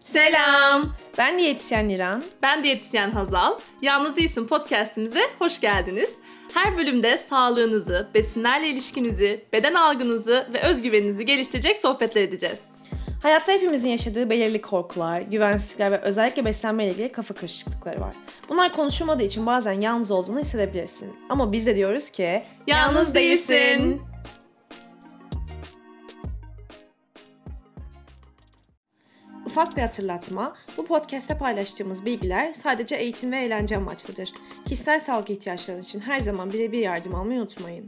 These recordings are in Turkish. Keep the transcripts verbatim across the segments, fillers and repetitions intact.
Selam. Ben diyetisyen İran. Ben diyetisyen Hazal. Yalnız Değilsin podcastimize hoş geldiniz. Her bölümde sağlığınızı, besinlerle ilişkinizi, beden algınızı ve özgüveninizi geliştirecek sohbetler edeceğiz. Hayatta hepimizin yaşadığı belirli korkular, güvensizlikler ve özellikle beslenme ile ilgili kafa karışıklıkları var. Bunlar konuşulmadığı için bazen yalnız olduğunu hissedebilirsin. Ama biz de diyoruz ki yalnız değilsin. Ufak bir hatırlatma, bu podcast'te paylaştığımız bilgiler sadece eğitim ve eğlence amaçlıdır. Kişisel sağlık ihtiyaçlarınız için her zaman birebir yardım almayı unutmayın.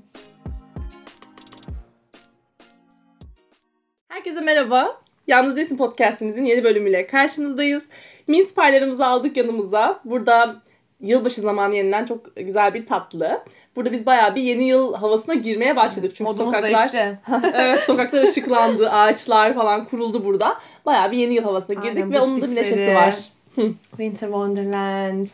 Herkese merhaba. Yalnız Değilsin podcastimizin yeni bölümüyle karşınızdayız. Mince paylarımızı aldık yanımıza. Burada yılbaşı zamanı yeniden çok güzel bir tatlı. Burada biz bayağı bir yeni yıl havasına girmeye başladık. Çünkü modumuz sokaklar, değişti. evet, sokaklar ışıklandı, ağaçlar falan kuruldu burada. Bayağı bir yeni yıl havasına girdik. Aynen, ve onun da bir neşesi var. Winter Wonderland,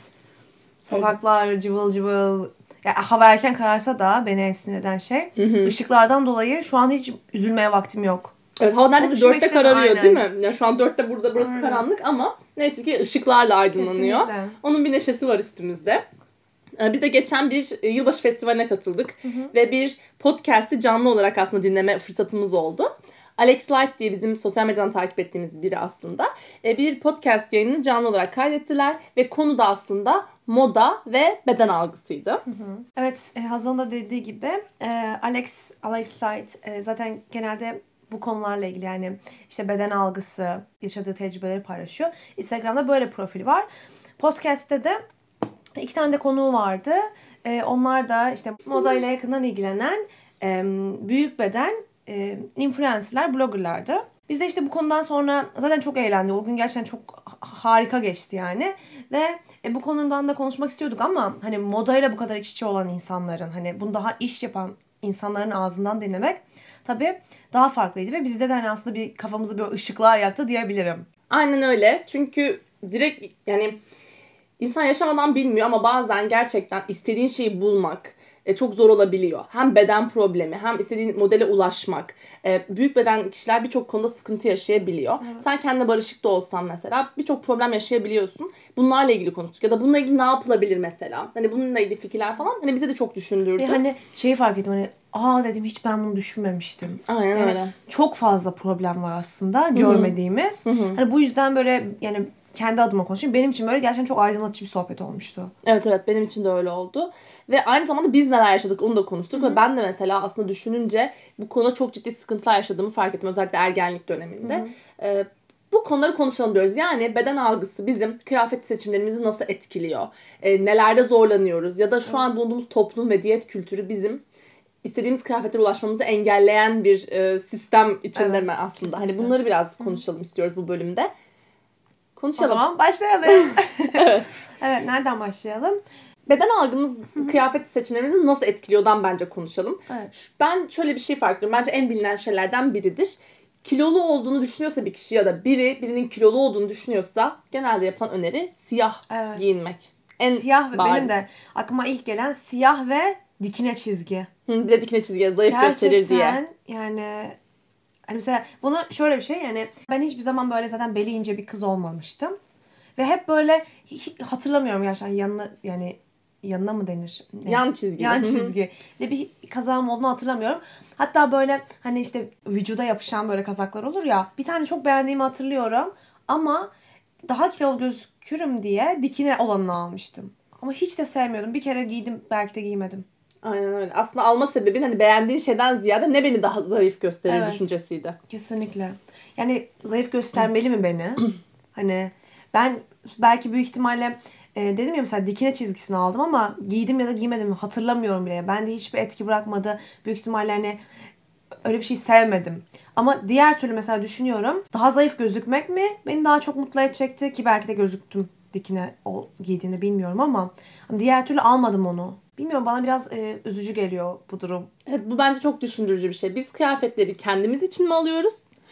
sokaklar evet. Cıvıl cıvıl. Ya, hava erken kararsa da beni en sinir eden şey, hı hı. ışıklardan dolayı şu an hiç üzülmeye vaktim yok. Evet, hava neredeyse dörtte kararıyor aynen. Değil mi? Yani şu an dörtte burada burası aynen. Karanlık ama neyse ki ışıklarla aydınlanıyor. Kesinlikle. Onun bir neşesi var üstümüzde. Biz de geçen bir yılbaşı festivaline katıldık. Hı hı. Ve bir podcast'i canlı olarak aslında dinleme fırsatımız oldu. Alex Light diye bizim sosyal medyadan takip ettiğimiz biri aslında. Bir podcast yayınını canlı olarak kaydettiler. Ve konu da aslında moda ve beden algısıydı. Hı hı. Evet, Hazal'ın da dediği gibi Alex, Alex Light zaten genelde bu konularla ilgili, yani işte beden algısı, yaşadığı tecrübeleri paylaşıyor. Instagram'da böyle profili var. Podcast'te de iki tane de konuğu vardı. Ee, onlar da işte modayla yakından ilgilenen e, büyük beden e, influencerlar, bloggerlardı. Biz de işte bu konudan sonra zaten çok eğlendik. O gün gerçekten çok harika geçti yani. Ve e, bu konudan da konuşmak istiyorduk ama hani modayla bu kadar iç içe olan insanların, hani bunu daha iş yapan insanların ağzından dinlemek tabii daha farklıydı ve bizde de hani aslında bir kafamızda bir ışıklar yaktı diyebilirim. Aynen öyle. Çünkü direkt yani insan yaşamadan bilmiyor ama bazen gerçekten istediğin şeyi bulmak e, çok zor olabiliyor. Hem beden problemi, hem istediğin modele ulaşmak. E, büyük beden kişiler birçok konuda sıkıntı yaşayabiliyor. Evet. Sen kendine barışık da olsan mesela birçok problem yaşayabiliyorsun. Bunlarla ilgili konuştuk. Ya da bununla ilgili ne yapılabilir mesela? Hani bununla ilgili fikirler falan hani bize de çok düşündürdü. Ve hani şeyi fark ettim, hani aa dedim, hiç ben bunu düşünmemiştim. Aynen yani öyle. Çok fazla problem var aslında görmediğimiz. Hı hı. Hani bu yüzden böyle yani kendi adıma konuşayım. Benim için böyle gerçekten çok aydınlatıcı bir sohbet olmuştu. Evet evet, benim için de öyle oldu. Ve aynı zamanda biz neler yaşadık onu da konuştuk. Hı-hı. Ve ben de mesela aslında düşününce bu konuda çok ciddi sıkıntılar yaşadığımı fark ettim. Özellikle ergenlik döneminde. Ee, bu konuları konuşalım diyoruz. Yani beden algısı bizim kıyafet seçimlerimizi nasıl etkiliyor? Ee, nelerde zorlanıyoruz? Ya da şu evet. an bulunduğumuz toplum ve diyet kültürü bizim istediğimiz kıyafetlere ulaşmamızı engelleyen bir e, sistem içinde evet, mi aslında? Kesinlikle. Hani bunları biraz konuşalım Hı-hı. istiyoruz bu bölümde. Konuşalım. O zaman başlayalım. evet. Evet, nereden başlayalım? Beden algımız, kıyafet seçimlerimizi nasıl etkiliyordan bence konuşalım. Evet. Ben şöyle bir şey fark ediyorum. Bence en bilinen şeylerden biridir. Kilolu olduğunu düşünüyorsa bir kişi ya da biri birinin kilolu olduğunu düşünüyorsa genelde yapılan öneri siyah evet. giyinmek. En siyah ve benim de aklıma ilk gelen siyah ve dikine çizgi. Hı, bir de dikine çizgi zayıf gerçekten, gösterir diye. Gerçekten yani hani mesela bunu şöyle bir şey, yani ben hiçbir zaman böyle zaten beli ince bir kız olmamıştım. Ve hep böyle hatırlamıyorum gerçekten yanına, yani yanına mı denir? Ne? Yan çizgi. Yan çizgi. Ve bir kazağım olduğunu hatırlamıyorum. Hatta böyle hani işte vücuda yapışan böyle kazaklar olur ya. Bir tane çok beğendiğimi hatırlıyorum. Ama daha kilolu gözükürüm diye dikine olanını almıştım. Ama hiç de sevmiyordum. Bir kere giydim, belki de giymedim. Aynen öyle. Aslında alma sebebin hani beğendiğin şeyden ziyade ne beni daha zayıf gösterir evet, düşüncesiydi. Kesinlikle. Yani zayıf göstermeli mi beni? Hani ben belki büyük ihtimalle e, dedim ya mesela dikine çizgisini aldım ama giydim ya da giymedim mi hatırlamıyorum bile. Bende hiçbir etki bırakmadı. Büyük ihtimalle hani öyle bir şey sevmedim. Ama diğer türlü mesela düşünüyorum. Daha zayıf gözükmek mi beni daha çok mutlu edecekti ki belki de gözüktüm dikine o giydiğinde, bilmiyorum ama diğer türlü almadım onu. Bilmiyorum, bana biraz e, üzücü geliyor bu durum. Evet, bu bence çok düşündürücü bir şey. Biz kıyafetleri kendimiz için mi alıyoruz?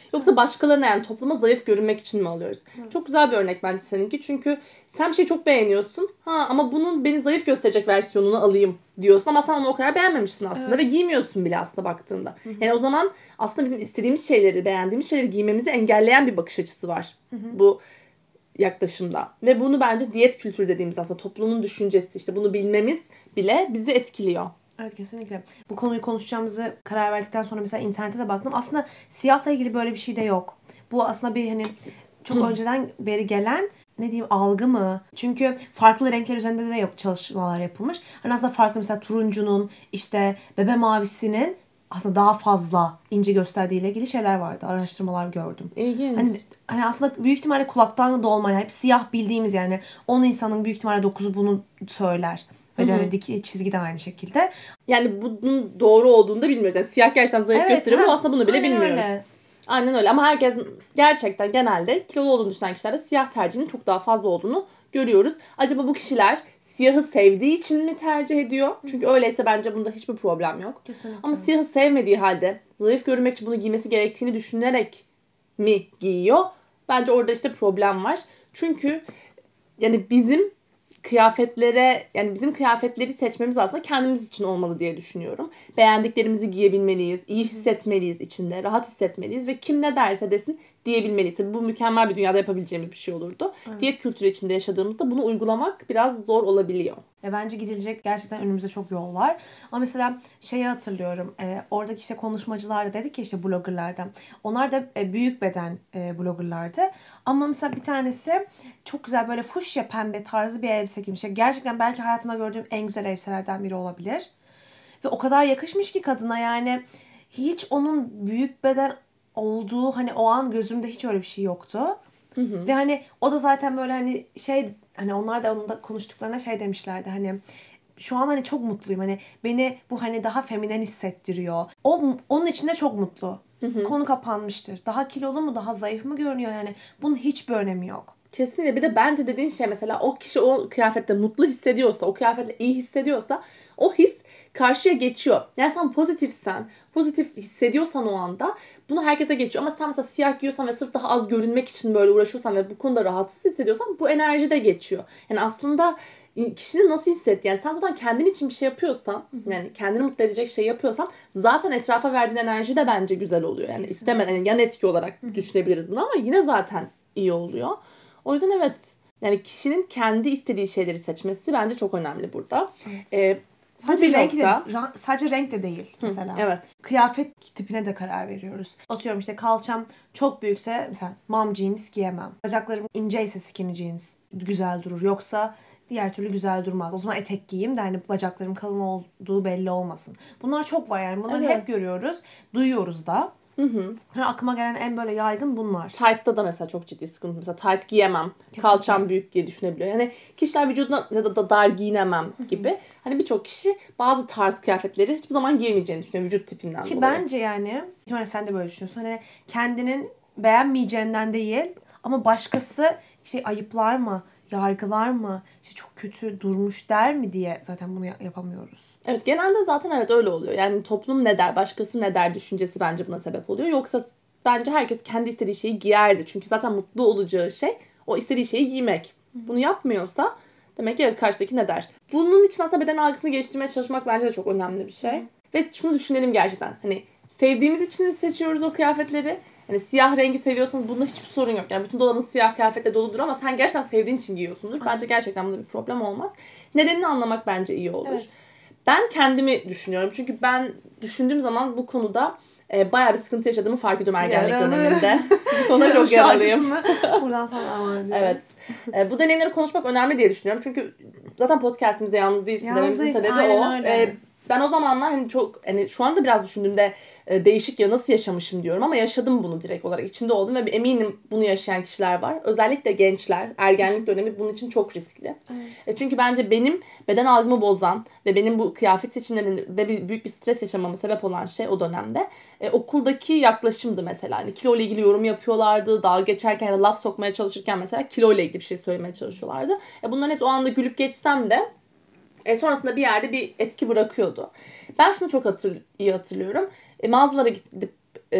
Yoksa başkalarına yani topluma zayıf görünmek için mi alıyoruz? Evet. Çok güzel bir örnek bence seninki. Çünkü sen bir şeyi çok beğeniyorsun. Ha ama bunun beni zayıf gösterecek versiyonunu alayım diyorsun. Ama sen onu o kadar beğenmemişsin aslında. Evet. Ve giymiyorsun bile aslında baktığında. Hı hı. Yani o zaman aslında bizim istediğimiz şeyleri, beğendiğimiz şeyleri giymemizi engelleyen bir bakış açısı var. Hı hı. Bu yaklaşımda. Ve bunu bence diyet kültürü dediğimiz aslında toplumun düşüncesi, işte bunu bilmemiz bile bizi etkiliyor. Evet, kesinlikle. Bu konuyu konuşacağımızı karar verdikten sonra mesela internete de baktım. Aslında siyahla ilgili böyle bir şey de yok. Bu aslında bir hani çok Hı. önceden beri gelen ne diyeyim algı mı? Çünkü farklı renkler üzerinde de yap- çalışmalar yapılmış. Hani aslında farklı mesela turuncunun işte bebe mavisinin aslında daha fazla ince gösterdiğiyle ilgili şeyler vardı. Araştırmalar gördüm. İlginç. Hani, hani aslında büyük ihtimalle kulaktan dolma. Yani hep siyah bildiğimiz yani on insanın büyük ihtimalle dokuzu bunu söyler. Ve de hani dik çizgi de aynı şekilde. Yani bunun doğru olduğunu da bilmiyoruz. Yani siyah gerçekten zayıf evet, gösteriyor ama aslında bunu bile aynen bilmiyoruz. Öyle. Aynen öyle ama herkes gerçekten genelde kilolu olduğunu düşünen kişilerde siyah tercihinin çok daha fazla olduğunu görüyoruz. Acaba bu kişiler siyahı sevdiği için mi tercih ediyor? Çünkü öyleyse bence bunda hiçbir problem yok. Kesinlikle. Ama siyahı sevmediği halde zayıf görünmek için bunu giymesi gerektiğini düşünerek mi giyiyor? Bence orada işte problem var. Çünkü yani bizim kıyafetlere yani bizim kıyafetleri seçmemiz aslında kendimiz için olmalı diye düşünüyorum. Beğendiklerimizi giyebilmeliyiz, iyi hissetmeliyiz içinde, rahat hissetmeliyiz ve kim ne derse desin diyebilmeliyiz. Bu mükemmel bir dünyada yapabileceğimiz bir şey olurdu. Evet. Diyet kültürü içinde yaşadığımızda bunu uygulamak biraz zor olabiliyor. E bence gidilecek gerçekten önümüzde çok yol var. Ama mesela şeyi hatırlıyorum. E, oradaki işte konuşmacılar da dedik ki işte bloggerlardan. Onlar da e, büyük beden e, bloggerlardı. Ama mesela bir tanesi çok güzel böyle fuşya pembe tarzı bir elbise giymiş. Gerçekten belki hayatımda gördüğüm en güzel elbiselerden biri olabilir. Ve o kadar yakışmış ki kadına yani. Hiç onun büyük beden olduğu hani o an gözümde hiç öyle bir şey yoktu. Hı hı. Ve hani o da zaten böyle hani şey hani onlar da onunla konuştuklarında şey demişlerdi hani şu an hani çok mutluyum hani beni bu hani daha feminen hissettiriyor. O onun içinde çok mutlu. Hı hı. Konu kapanmıştır. Daha kilolu mu daha zayıf mı görünüyor yani bunun hiçbir önemi yok. Kesinlikle. Bir de bence dediğin şey mesela o kişi o kıyafette mutlu hissediyorsa, o kıyafetle iyi hissediyorsa o his karşıya geçiyor. Yani sen pozitifsen, pozitif hissediyorsan o anda bunu herkese geçiyor. Ama sen mesela siyah giyiyorsan ve sırf daha az görünmek için böyle uğraşıyorsan ve bu konuda rahatsız hissediyorsan bu enerji de geçiyor. Yani aslında kişinin nasıl hissetti? Yani sen zaten kendin için bir şey yapıyorsan, yani kendini mutlu edecek şey yapıyorsan zaten etrafa verdiğin enerji de bence güzel oluyor. Yani istemeden yani yan etki olarak düşünebiliriz bunu ama yine zaten iyi oluyor. O yüzden evet yani kişinin kendi istediği şeyleri seçmesi bence çok önemli burada. Evet. Ee, sadece renk nokta... de sadece renk de değil mesela. Hı, evet. Kıyafet tipine de karar veriyoruz. Atıyorum işte kalçam çok büyükse mesela mom jeans giyemem. Bacaklarım inceyse skinny jeans güzel durur. Yoksa diğer türlü güzel durmaz. O zaman etek giyeyim de hani bacaklarım kalın olduğu belli olmasın. Bunlar çok var yani. Bunları evet. hep görüyoruz. Duyuyoruz da. Hı hı. Yani aklıma gelen en böyle yaygın bunlar. Tight'ta da mesela çok ciddi sıkıntı. Mesela tight giyemem. Kesinlikle. Kalçam büyük diye düşünebiliyor. Yani kişiler vücuduna ya da dar giyinemem gibi. Hı hı. Hani birçok kişi bazı tarz kıyafetleri hiçbir zaman giyemeyeceğini düşünüyor vücut tipinden Ki dolayı. Ki bence yani hani sen de böyle düşünüyorsun. Hani kendinin beğenmeyeceğinden değil ama başkası işte ayıplar mı? Yargılar mı? İşte çok kötü durmuş der mi diye zaten bunu yapamıyoruz. Evet genelde zaten evet öyle oluyor. Yani toplum ne der, başkası ne der düşüncesi bence buna sebep oluyor. Yoksa bence herkes kendi istediği şeyi giyerdi. Çünkü zaten mutlu olacağı şey o istediği şeyi giymek. Bunu yapmıyorsa demek ki evet karşıdaki ne der. Bunun için aslında beden algısını geliştirmeye çalışmak bence de çok önemli bir şey. Hı. Ve şunu düşünelim gerçekten. Hani sevdiğimiz için seçiyoruz o kıyafetleri. Hani siyah rengi seviyorsanız bunda hiçbir sorun yok. Yani bütün dolabın siyah kıyafetle doludur ama sen gerçekten sevdiğin için giyiyorsundur. Bence gerçekten bunda bir problem olmaz. Nedenini anlamak bence iyi olur. Evet. Ben kendimi düşünüyorum. Çünkü ben düşündüğüm zaman bu konuda e, bayağı bir sıkıntı yaşadığımı fark ediyorum ergenlik Yaralı. döneminde. Bu konuda çok yaralıyım. Buradan sana aman Evet. E, bu deneyimleri konuşmak önemli diye düşünüyorum. Çünkü zaten podcastimizde yalnız değilsin dememizin sebebi o. E, ben o zamanlar hani çok hani şu anda biraz düşündüğümde e, değişik ya nasıl yaşamışım diyorum ama yaşadım bunu direkt olarak içinde oldum ve eminim bunu yaşayan kişiler var. Özellikle gençler, ergenlik dönemi bunun için çok riskli. Evet. E, çünkü bence benim beden algımı bozan ve benim bu kıyafet seçimlerinde bir, büyük bir stres yaşamama sebep olan şey o dönemde e, okuldaki yaklaşımdı mesela. Hani kilo ile ilgili yorum yapıyorlardı. Dalga geçerken ya da laf sokmaya çalışırken mesela kilo ile ilgili bir şey söylemeye çalışıyorlardı. E, bunların hep o anda gülüp geçsem de E, sonrasında bir yerde bir etki bırakıyordu. Ben şunu çok hatır, iyi hatırlıyorum. E, mağazalara gidip e,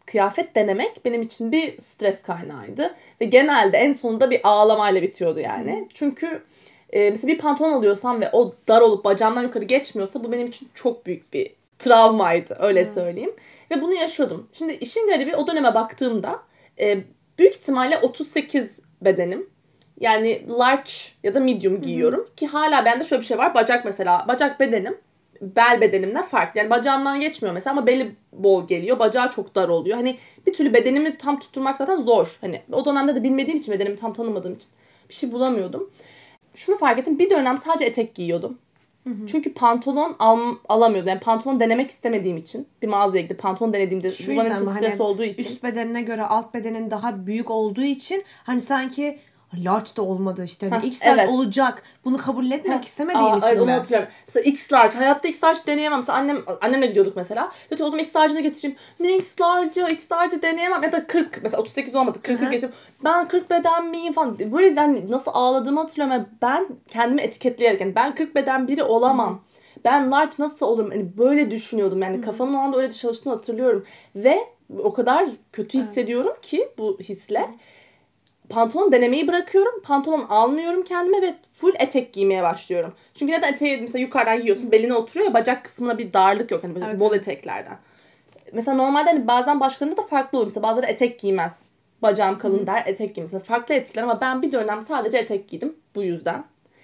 kıyafet denemek benim için bir stres kaynağıydı. Ve genelde en sonunda bir ağlamayla bitiyordu yani. Hı. Çünkü e, mesela bir pantolon alıyorsam ve o dar olup bacağımdan yukarı geçmiyorsa bu benim için çok büyük bir travmaydı, öyle evet. söyleyeyim. Ve bunu yaşıyordum. Şimdi işin garibi, o döneme baktığımda e, büyük ihtimalle otuz sekiz bedenim. Yani large ya da medium giyiyorum. Hı-hı. Ki hala bende şöyle bir şey var. Bacak mesela. Bacak bedenim bel bedenimden farklı. Yani bacağımdan geçmiyor mesela ama beli bol geliyor. Bacağı çok dar oluyor. Hani bir türlü bedenimi tam tutturmak zaten zor. Hani o dönemde de bilmediğim için, bedenimi tam tanımadığım için bir şey bulamıyordum. Şunu fark ettim. Bir dönem sadece etek giyiyordum. Hı hı. Çünkü pantolon al, alamıyordum. Yani pantolon denemek istemediğim için. Bir mağazaya gidip pantolon denediğimde şu bu benim için stres hani olduğu için. Üst bedenine göre alt bedenin daha büyük olduğu için hani sanki large da olmadı işte. Hani X large evet. olacak. Bunu kabul etmek Heh. istemediğin Aa, için evet, mi? Onu hatırlıyorum. Mesela X large. Hayatta X large deneyemem. Mesela annem, annemle gidiyorduk mesela. Dedi o zaman X large'ını getireyim. Ne X large'ı? X large'ı deneyemem. Ya da kırk. Mesela otuz sekiz olmadı. kırkı getireyim. Ben kırk beden miyim falan. Böyle yani nasıl ağladığımı hatırlıyorum. Yani ben kendimi etiketleyerek. Yani ben kırk beden biri olamam. Hı-hı. Ben large nasıl olurum? Yani böyle düşünüyordum. Yani Hı-hı. kafamın o anda öyle çalıştığını hatırlıyorum. Ve o kadar kötü hissediyorum evet. ki bu hisle. Hı-hı. Pantolon denemeyi bırakıyorum. Pantolon almıyorum kendime ve full etek giymeye başlıyorum. Çünkü neden eteği mesela yukarıdan giyiyorsun, beline oturuyor ya, bacak kısmına bir darlık yok. Hani böyle evet, bol evet. eteklerden. Mesela normalde hani bazen başkalarında da farklı olur. Mesela bazıları etek giymez. Bacağım kalın Hı-hı. der, etek giymez. Mesela farklı etekler ama ben bir dönem sadece etek giydim bu yüzden.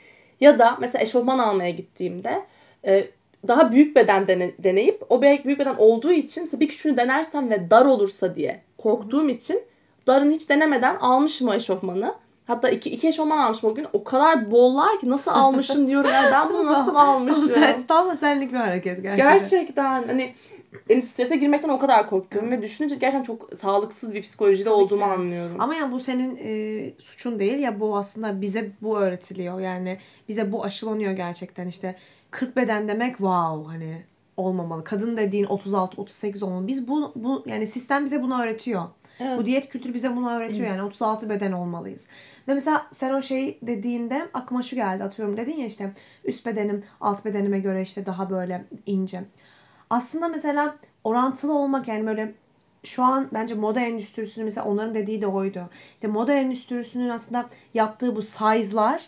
Ya da mesela eşofman almaya gittiğimde e, daha büyük beden dene, deneyip o büyük beden olduğu için mesela bir küçüğünü denersem ve dar olursa diye korktuğum Hı-hı. için darını hiç denemeden almışım o eşofmanı. Hatta iki, iki eşofman almışım o gün. O kadar bollar ki nasıl almışım diyorum. Yani ben bunu nasıl almışım? Tam, tam senlik bir hareket gerçekten. Gerçekten. Hani yani strese girmekten o kadar korkuyorum. Evet. Ve düşününce gerçekten çok sağlıksız bir psikolojide Tabii olduğumu anlıyorum. Ama yani bu senin e, suçun değil ya, bu aslında bize bu öğretiliyor. Yani bize bu aşılanıyor gerçekten. İşte kırk beden demek wow hani olmamalı. Kadın dediğin otuz altı otuz sekiz olmalı. Biz bu, bu yani sistem bize bunu öğretiyor. Evet. Bu diyet kültürü bize bunu öğretiyor yani otuz altı beden olmalıyız. Ve mesela sen o şey dediğinde aklıma şu geldi, atıyorum dedin ya işte üst bedenim alt bedenime göre işte daha böyle ince. Aslında mesela orantılı olmak yani böyle şu an bence moda endüstrisinin mesela onların dediği de oydu. İşte moda endüstrisinin aslında yaptığı bu size'lar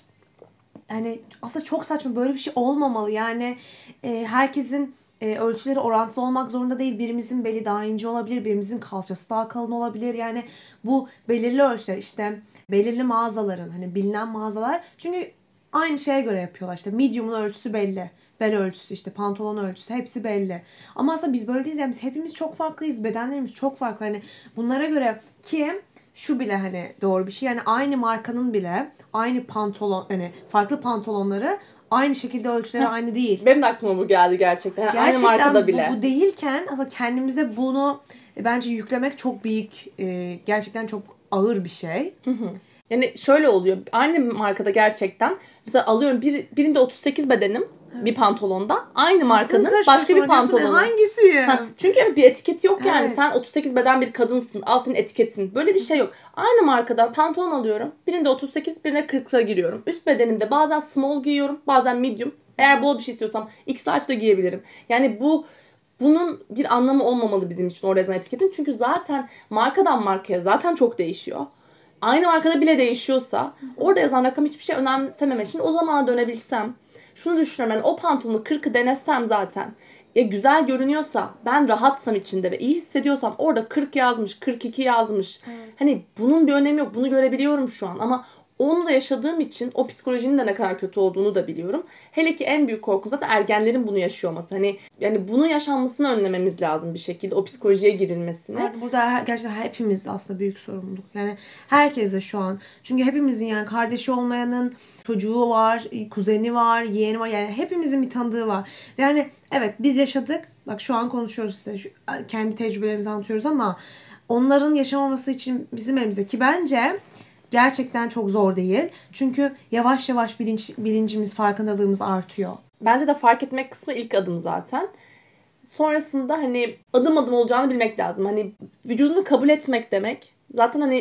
yani aslında çok saçma, böyle bir şey olmamalı. Yani e, herkesin e, ölçüleri orantılı olmak zorunda değil. Birimizin beli daha ince olabilir, birimizin kalçası daha kalın olabilir. Yani bu belirli ölçüler işte belirli mağazaların hani bilinen mağazalar çünkü aynı şeye göre yapıyorlar. İşte medium'un ölçüsü belli. Bel ölçüsü işte pantolon ölçüsü hepsi belli. Ama aslında biz böyle değiliz yani biz hepimiz çok farklıyız. Bedenlerimiz çok farklı. Hani bunlara göre ki şu bile hani doğru bir şey. Yani aynı markanın bile aynı pantolon hani farklı pantolonları aynı şekilde ölçüleri Heh, aynı değil. Benim de aklıma bu geldi gerçekten. Yani gerçekten aynı markada bile. Bu, bu değilken aslında kendimize bunu e, bence yüklemek çok büyük e, gerçekten çok ağır bir şey. Hı hı. Yani şöyle oluyor. Aynı markada gerçekten mesela alıyorum bir, birinde otuz sekiz bedenim. Evet. Bir pantolonda aynı markanın başka bir pantolonu. Hangisi? Ha, çünkü evet bir etiketi yok yani. Evet. Sen otuz sekiz beden bir kadınsın. Al senin etiketin. Böyle bir şey yok. Aynı markadan pantolon alıyorum. Birinde otuz sekiz, birine kırka giriyorum. Üst bedenimde bazen small giyiyorum, bazen medium. Eğer bol bir şey istiyorsam X large da giyebilirim. Yani bu bunun bir anlamı olmamalı bizim için orada yazan etiketin. Çünkü zaten markadan markaya zaten çok değişiyor. Aynı markada bile değişiyorsa orada yazan rakam hiçbir şey önemsememe. Şimdi o zamana dönebilsem şunu düşünüyorum, yani o pantolonu kırkı denesem zaten ya güzel görünüyorsa, ben rahatsam içinde ve iyi hissediyorsam orada kırk yazmış, kırk iki yazmış. Evet. Hani bunun bir önemi yok. Bunu görebiliyorum şu an ama onu da yaşadığım için o psikolojinin de ne kadar kötü olduğunu da biliyorum. Hele ki en büyük korkum zaten ergenlerin bunu yaşıyor olması. Hani yani bunun yaşanmasını önlememiz lazım bir şekilde. O psikolojiye girilmesini. Evet, burada her, gerçekten hepimiz aslında büyük sorumluluk. Yani herkes de şu an. Çünkü hepimizin yani kardeşi olmayanın çocuğu var, kuzeni var, yeğeni var. Yani hepimizin bir tanıdığı var. Yani evet biz yaşadık. Bak şu an konuşuyoruz size. Şu, kendi tecrübelerimizi anlatıyoruz ama onların yaşamaması için bizim elimizde ki bence gerçekten çok zor değil. Çünkü yavaş yavaş bilinç, bilincimiz, farkındalığımız artıyor. Bence de fark etmek kısmı ilk adım zaten. Sonrasında hani adım adım olacağını bilmek lazım. Hani vücudunu kabul etmek demek. Zaten hani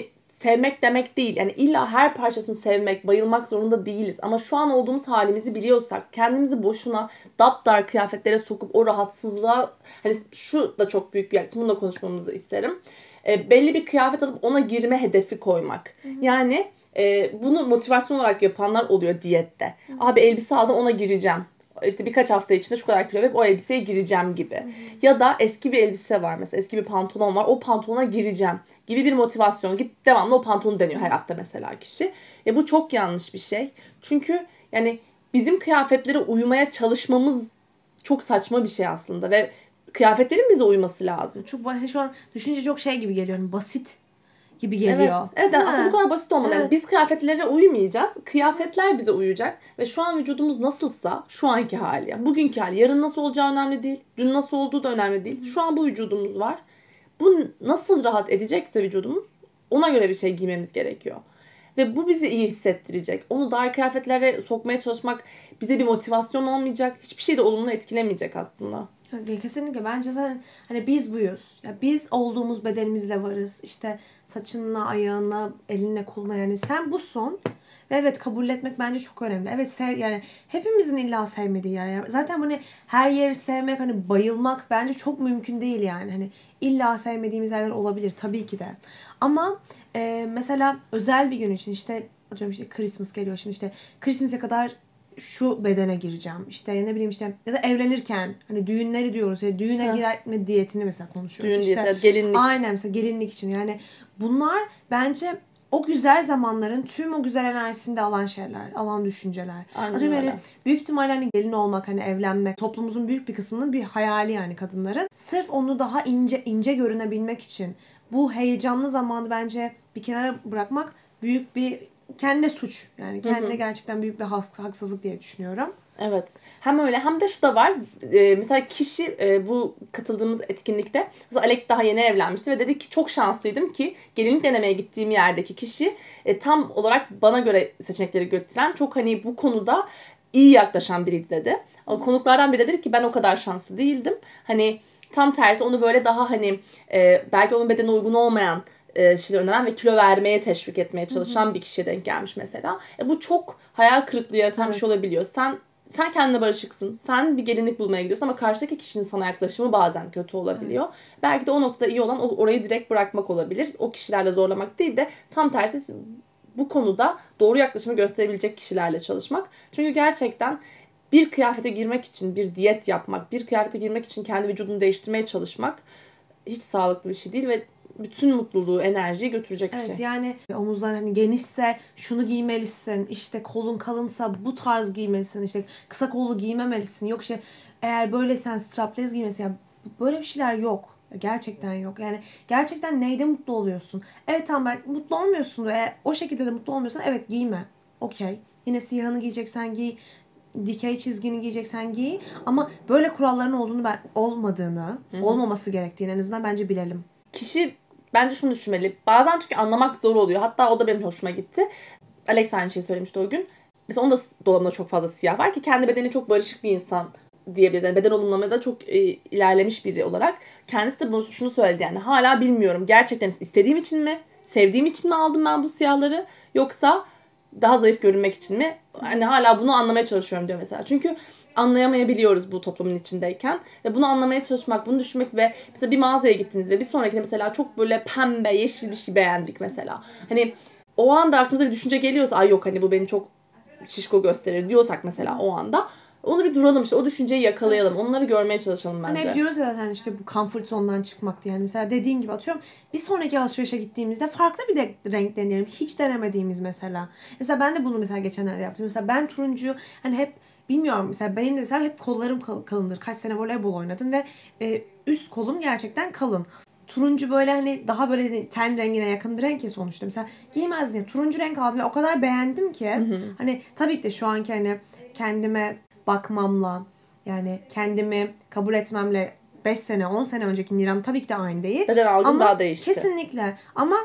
sevmek demek değil. Yani illa her parçasını sevmek, bayılmak zorunda değiliz. Ama şu an olduğumuz halimizi biliyorsak, kendimizi boşuna dapdar kıyafetlere sokup o rahatsızlığa, hani şu da çok büyük bir yer. Bunu da konuşmamızı isterim. E, belli bir kıyafet alıp ona girme hedefi koymak. Hı hı. Yani e, bunu motivasyon olarak yapanlar oluyor diyette. Hı hı. Abi elbise aldım, ona gireceğim. İşte birkaç hafta içinde şu kadar kilo verip o elbiseye gireceğim gibi. Hı hı. Ya da eski bir elbise var mesela, eski bir pantolon var, o pantolona gireceğim gibi bir motivasyon. Git devamlı o pantolonu deniyor her hafta mesela kişi. Ya bu çok yanlış bir şey. Çünkü yani bizim kıyafetlere uymaya çalışmamız çok saçma bir şey aslında ve kıyafetlerin bize uyması lazım. Çok şu an düşünce çok şey gibi geliyor. Yani basit gibi geliyor. Evet. Evet yani aslında bu kadar basit olmalı. Evet. Yani biz kıyafetlere uymayacağız. Kıyafetler bize uyacak. Ve şu an vücudumuz nasılsa şu anki hali. Yani bugünkü hali. Yarın nasıl olacağı önemli değil. Dün nasıl olduğu da önemli değil. Şu an bu vücudumuz var. Bu nasıl rahat edecekse vücudumuz ona göre bir şey giymemiz gerekiyor. Ve bu bizi iyi hissettirecek. Onu dar kıyafetlere sokmaya çalışmak bize bir motivasyon olmayacak. Hiçbir şey de olumlu etkilemeyecek aslında. Kesinlikle. Bence zaten hani biz buyuz. Ya biz olduğumuz bedenimizle varız. İşte saçınla, ayağınla, elinle, koluna, yani sen busun. Ve evet, kabul etmek bence çok önemli. Evet, sev, yani hepimizin illa sevmediği yer. Yani zaten hani her yeri sevmek, hani bayılmak bence çok mümkün değil yani. Hani illa sevmediğimiz yerler olabilir tabii ki de. Ama e, mesela özel bir gün için, işte atıyorum işte Christmas geliyor şimdi, işte Christmas'e kadar şu bedene gireceğim. İşte ne bileyim işte, ya da evlenirken hani düğünleri diyoruz ya, düğüne girme diyetini mesela konuşuyoruz. Düğün işte, diyeti, gelinlik. Aynen, mesela gelinlik için. Yani bunlar bence o güzel zamanların tüm o güzel enerjisini de alan şeyler, alan düşünceler. Aynen Atıyorum öyle. yani büyük ihtimalle hani gelin olmak, hani evlenmek toplumumuzun büyük bir kısmının bir hayali yani kadınların. Sırf onu daha ince ince görünebilmek için bu heyecanlı zamanı bence bir kenara bırakmak büyük bir kendine suç. Yani kendine hı hı. gerçekten büyük bir haksızlık diye düşünüyorum. Evet. Hem öyle hem de şu da var. Ee, mesela kişi e, bu katıldığımız etkinlikte, mesela Alex daha yeni evlenmişti ve dedi ki çok şanslıydım ki gelinlik denemeye gittiğim yerdeki kişi e, tam olarak bana göre seçenekleri götüren, çok hani bu konuda iyi yaklaşan biriydi dedi. Ama konuklardan biri dedi ki ben o kadar şanslı değildim. Hani tam tersi, onu böyle daha hani e, belki onun bedenine uygun olmayan şeyler öneren ve kilo vermeye teşvik etmeye çalışan, hı hı. bir kişiye denk gelmiş mesela. E bu çok hayal kırıklığı yaratan evet. bir şey olabiliyor. Sen sen kendine barışıksın. Sen bir gelinlik bulmaya gidiyorsun ama karşıdaki kişinin sana yaklaşımı bazen kötü olabiliyor. Evet. Belki de o noktada iyi olan orayı direkt bırakmak olabilir. O kişilerle zorlamak değil de tam tersi bu konuda doğru yaklaşımı gösterebilecek kişilerle çalışmak. Çünkü gerçekten bir kıyafete girmek için bir diyet yapmak, bir kıyafete girmek için kendi vücudunu değiştirmeye çalışmak hiç sağlıklı bir şey değil ve bütün mutluluğu, enerjiyi götürecek bir evet, şey. Evet, yani omuzlar hani genişse şunu giymelisin, işte kolun kalınsa bu tarz giymelisin, işte kısa kollu giymemelisin, yok işte eğer böyleysen strapless giymelisin. Yani böyle bir şeyler yok. Gerçekten yok. Yani gerçekten neyde mutlu oluyorsun? Evet tamam, belki mutlu olmuyorsun. E, o şekilde de mutlu olmuyorsan evet giyme. Okey. Yine siyahını giyeceksen giy. Dikey çizgini giyeceksen giy. Ama böyle kuralların olduğunu ben, olmadığını, Hı-hı. olmaması gerektiğini en azından bence bilelim. Kişi bence şunu düşünmeli. Bazen çünkü anlamak zor oluyor. Hatta o da benim hoşuma gitti. Alex aynı şeyi söylemişti o gün. Mesela onun da dolabında çok fazla siyah var ki kendi bedeni çok barışık bir insan diyebiliriz. Yani beden olumlamada çok e, ilerlemiş biri olarak. Kendisi de bunu, şunu söyledi yani. Hala bilmiyorum. Gerçekten istediğim için mi? Sevdiğim için mi aldım ben bu siyahları? Yoksa daha zayıf görünmek için mi? Hani hala bunu anlamaya çalışıyorum diyor mesela. Çünkü anlayamayabiliyoruz bu toplumun içindeyken. Ve bunu anlamaya çalışmak, bunu düşünmek ve mesela bir mağazaya gittiniz ve bir sonrakinde mesela çok böyle pembe, yeşil bir şey beğendik mesela. Hani o anda aklımıza bir düşünce geliyorsa, ay yok hani bu beni çok şişko gösterir diyorsak mesela o anda, onu bir duralım, işte o düşünceyi yakalayalım. Onları görmeye çalışalım bence. Hani hep diyoruz ya zaten işte bu comfort zone'dan çıkmak diye. Yani mesela dediğin gibi atıyorum bir sonraki alışverişe gittiğimizde farklı bir de renk deneyelim. Hiç denemediğimiz mesela. Mesela ben de bunu mesela geçenlerde yaptım. Mesela ben turuncuyu hani hep bilmiyorum, mesela benim de mesela hep kollarım kalındır. Kaç sene voleybol oynadım ve e, üst kolum gerçekten kalın. Turuncu böyle hani daha böyle ten rengine yakın bir renk ya sonuçta. Mesela giymezdim. Turuncu renk aldım ve o kadar beğendim ki. Hı hı. Hani tabii ki de şu anki hani kendime bakmamla, yani kendimi kabul etmemle beş sene on sene önceki Niran tabii ki de aynı değil. Beden algım ama daha değişti. Kesinlikle. Ama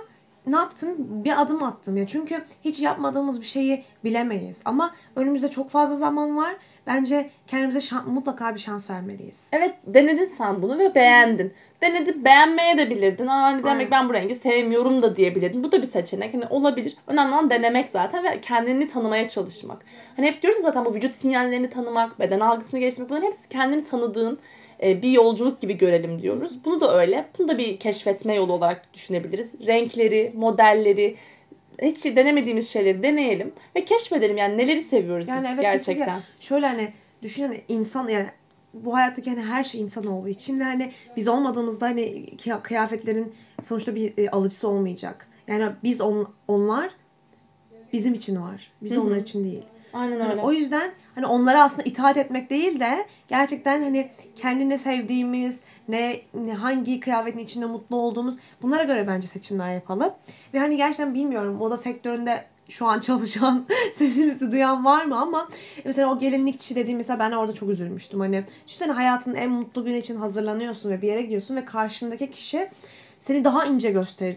ne yaptım? Bir adım attım ya. Çünkü hiç yapmadığımız bir şeyi bilemeyiz. Ama önümüzde çok fazla zaman var. Bence kendimize şan, mutlaka bir şans vermeliyiz. Evet, denedin sen bunu ve beğendin. Denedin, beğenmeye de bilirdin. Aa, hani demek Aynen. ben bu rengi sevmiyorum da diyebilirdin. Bu da bir seçenek. Hani olabilir. Önemli olan denemek zaten ve kendini tanımaya çalışmak. Hani hep diyoruz ya zaten bu vücut sinyallerini tanımak, beden algısını geliştirmek. Bunların hepsi kendini tanıdığın e, bir yolculuk gibi görelim diyoruz. Bunu da öyle. Bunu da bir keşfetme yolu olarak düşünebiliriz. Renkleri, modelleri, hiç denemediğimiz şeyleri deneyelim ve keşfedelim. Yani neleri seviyoruz Yani biz evet, gerçekten. kesinlikle. Şöyle hani düşün, hani insan, yani bu hayattaki hani her şey insan olduğu için ve hani biz olmadığımızda hani kıya- kıyafetlerin sonuçta bir e, alıcısı olmayacak. Yani biz on, onlar bizim için var. Biz onlar için değil. Aynen Hani öyle. o yüzden hani onlara aslında itaat etmek değil de gerçekten hani kendine sevdiğimiz, ne, ne hangi kıyafetin içinde mutlu olduğumuz, bunlara göre bence seçimler yapalım. Ve hani gerçekten bilmiyorum, moda sektöründe şu an çalışan, sesimizi duyan var mı, ama mesela o gelinlikçi dediğim, mesela ben orada çok üzülmüştüm. Hani düşünsene, hayatının en mutlu günü için hazırlanıyorsun ve bir yere gidiyorsun ve karşındaki kişi seni daha ince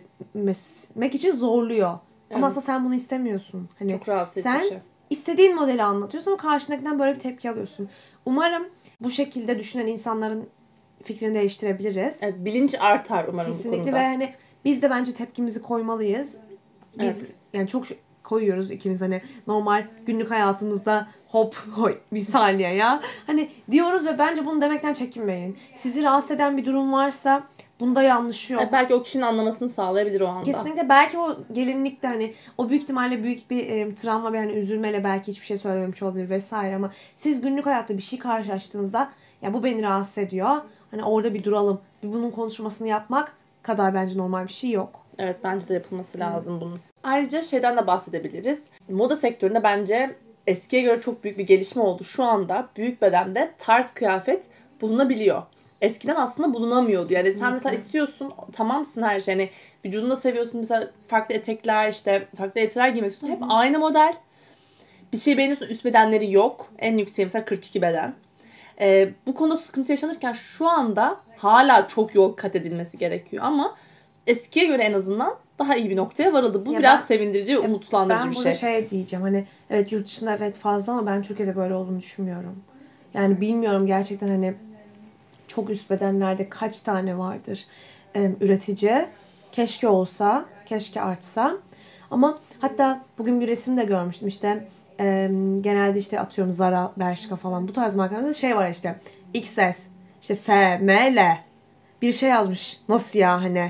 göstermek için zorluyor. Evet. Ama aslında sen bunu istemiyorsun. Hani Çok rahatsız sen edici. istediğin modeli anlatıyorsun ama karşındakinden böyle bir tepki alıyorsun. Umarım bu şekilde düşünen insanların fikrini değiştirebiliriz. Evet, bilinç artar umarım Kesinlikle. bu konuda. Ve hani biz de bence tepkimizi koymalıyız. Biz Evet. yani çok şey koyuyoruz ikimiz, hani normal günlük hayatımızda hop hoy bir saniye ya. Hani diyoruz ve bence bunu demekten çekinmeyin. Sizi rahatsız eden bir durum varsa bunda yanlış yok. Evet, belki o kişinin anlamasını sağlayabilir o anda. Kesinlikle. Belki o gelinlikte hani o büyük ihtimalle büyük bir e, travma ve hani üzülmeyle belki hiçbir şey söylememiş olabilir vesaire, ama siz günlük hayatta bir şey karşılaştığınızda ya bu beni rahatsız ediyor, hani orada bir duralım, bir bunun konuşmasını yapmak kadar bence normal bir şey yok. Evet, bence de yapılması lazım bunun. Ayrıca şeyden de bahsedebiliriz. Moda sektöründe bence eskiye göre çok büyük bir gelişme oldu. Şu anda büyük bedende tarz kıyafet bulunabiliyor. Eskiden aslında bulunamıyordu. Yani Kesinlikle. sen mesela istiyorsun, tamamsın her şey. Hani vücudunu da seviyorsun. Mesela farklı etekler, işte farklı elbiseler giymek istiyorsun. Hep aynı model. Bir şey beğeniyorsun, üst bedenleri yok. En yükseği mesela kırk iki beden. Ee, bu konuda sıkıntı yaşanırken şu anda hala çok yol kat edilmesi gerekiyor. Ama eskiye göre en azından daha iyi bir noktaya varıldı. Bu Ya biraz ben- sevindirici ve umutlandırıcı Ben bir burada şey. şey diyeceğim, hani evet yurt dışında evet fazla ama ben Türkiye'de böyle olduğunu düşünmüyorum. Yani bilmiyorum gerçekten, hani çok üst bedenlerde kaç tane vardır e, üretici. Keşke olsa, keşke artsa. Ama hatta bugün bir resim de görmüştüm, işte e, genelde işte atıyorum Zara, Bershka falan bu tarz markalarda şey var, işte X S, işte S, M, L. Bir şey yazmış. Nasıl ya, hani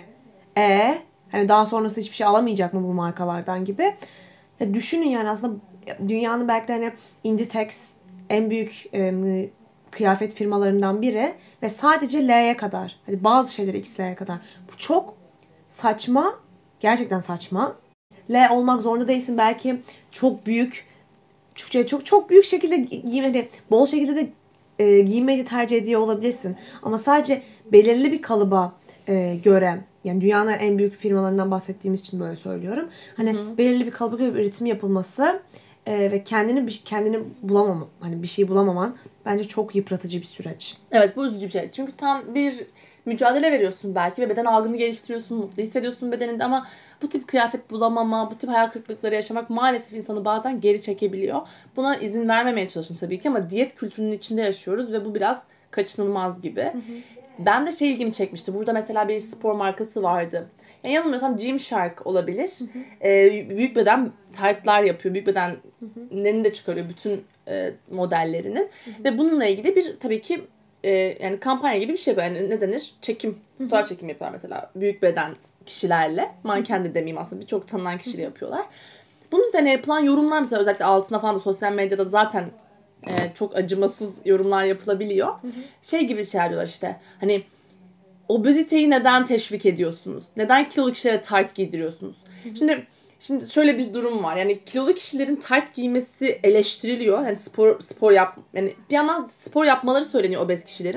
e hani daha sonrası hiçbir şey alamayacak mı bu markalardan gibi. Ya düşünün, yani aslında dünyanın belki de hani Inditex en büyük e, kıyafet firmalarından biri ve sadece L'ye kadar. Hadi bazı şeyleri X L'ye kadar. Bu çok saçma. Gerçekten saçma. L olmak zorunda değilsin. Belki çok büyük çok çok çok büyük şekilde giymedi, bol şekilde de e, giyinmeyi de tercih ediyor olabilirsin. Ama sadece belirli bir kalıba e, göre, yani dünyanın en büyük firmalarından bahsettiğimiz için böyle söylüyorum. Hani hı hı. belirli bir kalıba göre üretim yapılması e, ve kendini kendini bulamama, hani bir şey bulamaman bence çok yıpratıcı bir süreç. Evet, bu üzücü bir şey. Çünkü sen bir mücadele veriyorsun belki ve beden algını geliştiriyorsun, mutlu hissediyorsun bedeninde, ama bu tip kıyafet bulamama, bu tip hayal kırıklıkları yaşamak maalesef insanı bazen geri çekebiliyor. Buna izin vermemeye çalışın tabii ki, ama diyet kültürünün içinde yaşıyoruz ve bu biraz kaçınılmaz gibi. Hı hı. Ben de şey ilgimi çekmişti. Burada mesela bir spor markası vardı. Yani yanılmıyorsam Gymshark olabilir. Hı hı. Ee, büyük beden tight'lar yapıyor. Büyük bedenlerini de çıkarıyor, bütün e, modellerinin. Hı hı. Ve bununla ilgili bir tabii ki e, yani kampanya gibi bir şey yapıyor. Yani ne denir? Çekim. Fotoğraf çekim yapıyorlar mesela. Büyük beden kişilerle. Manken de demeyeyim aslında. Birçok tanınan kişiyle yapıyorlar. Bunun üzerine yapılan yorumlar mesela, özellikle altına falan da sosyal medyada zaten e, çok acımasız yorumlar yapılabiliyor. Hı hı. Şey gibi şeyler diyorlar işte. Hani obeziteyi neden teşvik ediyorsunuz? Neden kilolu kişilere tight giydiriyorsunuz? Hı hı. Şimdi şimdi şöyle bir durum var. Yani kilolu kişilerin tight giymesi eleştiriliyor. Yani spor spor yap yani bir yandan spor yapmaları söyleniyor obez kişilerin.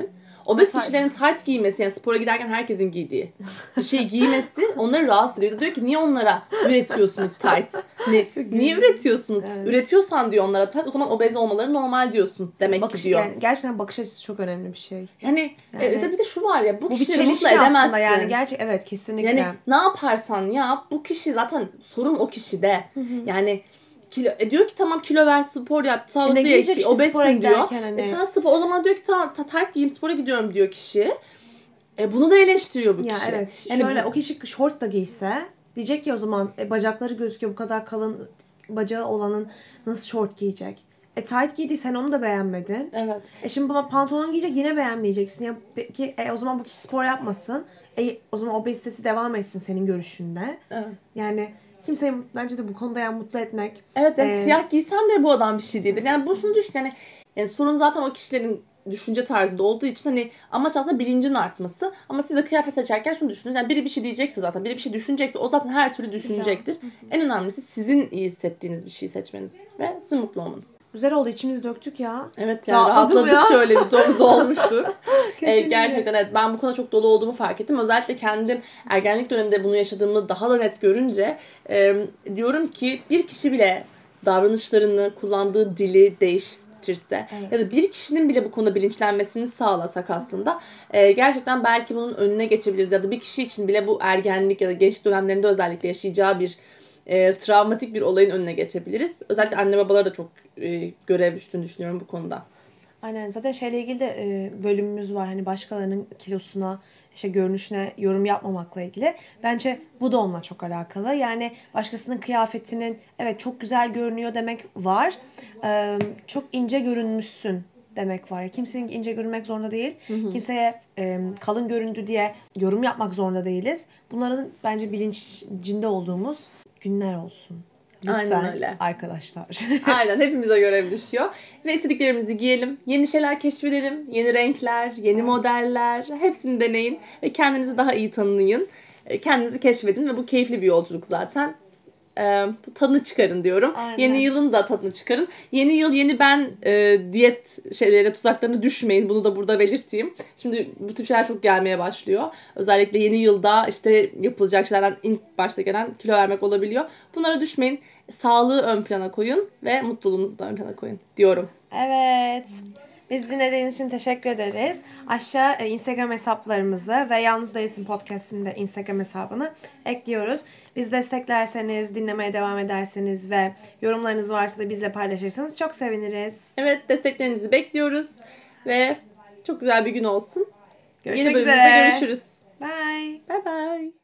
obez tight. kişilerin tight giymesi, yani spora giderken herkesin giydiği bir şey giymesi onları rahatsız ediyor. Diyor ki niye onlara üretiyorsunuz tight? Ne, niye üretiyorsunuz? Evet. Üretiyorsan diyor onlara tight, o zaman obez olmaları normal diyorsun demek Bakış, ki diyor. yani gerçekten bakış açısı çok önemli bir şey. Yani, Yani e, de bir de şu var ya, bu, Bu bir kişileri mutlu çelişki edemezsin. aslında yani. Gerçek evet kesinlikle. Yani ne yaparsan yap, bu kişi zaten sorun o kişide. Yani kilo, e diyor ki tamam kilo ver, spor yap, sağlıklı Ne ye giyecek ki işte spora obezsin diyor. giderken hani? E sen spor, o zaman diyor ki tamam tight giyeyim spora gidiyorum diyor kişi. E bunu da eleştiriyor bu Ya kişi. evet. Yani Şöyle bu, o kişi şort da giyse diyecek ki o zaman e, bacakları gözüküyor, bu kadar kalın bacağı olanın nasıl şort giyecek? E tight giydi, sen onu da beğenmedin. evet. E şimdi baba pantolon giyecek, yine beğenmeyeceksin. Ya peki e, o zaman bu kişi spor yapmasın. E o zaman obezitesi devam etsin senin görüşünde. Evet. Yani kimseyi bence de bu konuda yani mutlu etmek. Evet, yani e, siyah giysen de bu adam bir şey değil. Yani bu şunu düşün, yani, yani sorun zaten o kişilerin düşünce tarzında olduğu için hani amaç aslında bilincin artması. Ama siz de kıyafet seçerken şunu düşünün. Yani biri bir şey diyecekse zaten, biri bir şey düşünecekse o zaten her türlü düşünecektir. En önemlisi sizin iyi hissettiğiniz bir şey seçmeniz ve sizin mutlu olmanız. Güzel oldu, içimizi döktük ya. Evet, yani Rahatladım rahatladık, ya. şöyle bir dolu dolmuştuk. Kesinlikle. Ee, gerçekten evet, ben bu konuda çok dolu olduğumu fark ettim. Özellikle kendim ergenlik döneminde bunu yaşadığımı daha da net görünce e, diyorum ki bir kişi bile davranışlarını, kullandığı dili değiştirse Evet. ya da bir kişinin bile bu konuda bilinçlenmesini sağlasak aslında e, gerçekten belki bunun önüne geçebiliriz. Ya da bir kişi için bile bu ergenlik ya da gençlik dönemlerinde özellikle yaşayacağı bir e, travmatik bir olayın önüne geçebiliriz. Özellikle anne babalara da çok e, görev düştüğünü düşünüyorum bu konuda. Aynen, zaten şeyle ilgili de e, bölümümüz var. Hani başkalarının kilosuna, işte görünüşüne yorum yapmamakla ilgili. Bence bu da onunla çok alakalı. Yani başkasının kıyafetinin evet çok güzel görünüyor demek var. E, çok ince görünmüşsün demek var. Kimsenin ince görünmek zorunda değil. Kimseye e, kalın göründü diye yorum yapmak zorunda değiliz. Bunların bence bilincinde olduğumuz günler olsun. Lütfen Aynen öyle. arkadaşlar. Aynen, hepimize görev düşüyor. Ve istediklerimizi giyelim. Yeni şeyler keşfedelim. Yeni renkler, yeni Evet. modeller. Hepsini deneyin. Ve kendinizi daha iyi tanıyın. Kendinizi keşfedin ve bu keyifli bir yolculuk zaten. Ee, tadını çıkarın diyorum. Aynen. Yeni yılın da tadını çıkarın. Yeni yıl yeni ben e, diyet şeylere, tuzaklarına düşmeyin. Bunu da burada belirteyim. Şimdi bu tip şeyler çok gelmeye başlıyor. Özellikle yeni yılda işte yapılacak şeylerden ilk başta gelen kilo vermek olabiliyor. Bunlara düşmeyin. Sağlığı ön plana koyun ve mutluluğunuzu da ön plana koyun diyorum. Evet. Biz dinlediğiniz için teşekkür ederiz. Aşağı e, Instagram hesaplarımızı ve Yalnız Değilsin Podcast'ın da Instagram hesabını ekliyoruz. Biz desteklerseniz, dinlemeye devam ederseniz ve yorumlarınız varsa da bizle paylaşırsanız çok seviniriz. Evet, desteklerinizi bekliyoruz ve çok güzel bir gün olsun. Görüşmek Yeni bölümümüzde üzere. görüşürüz. Bye. Bye bye.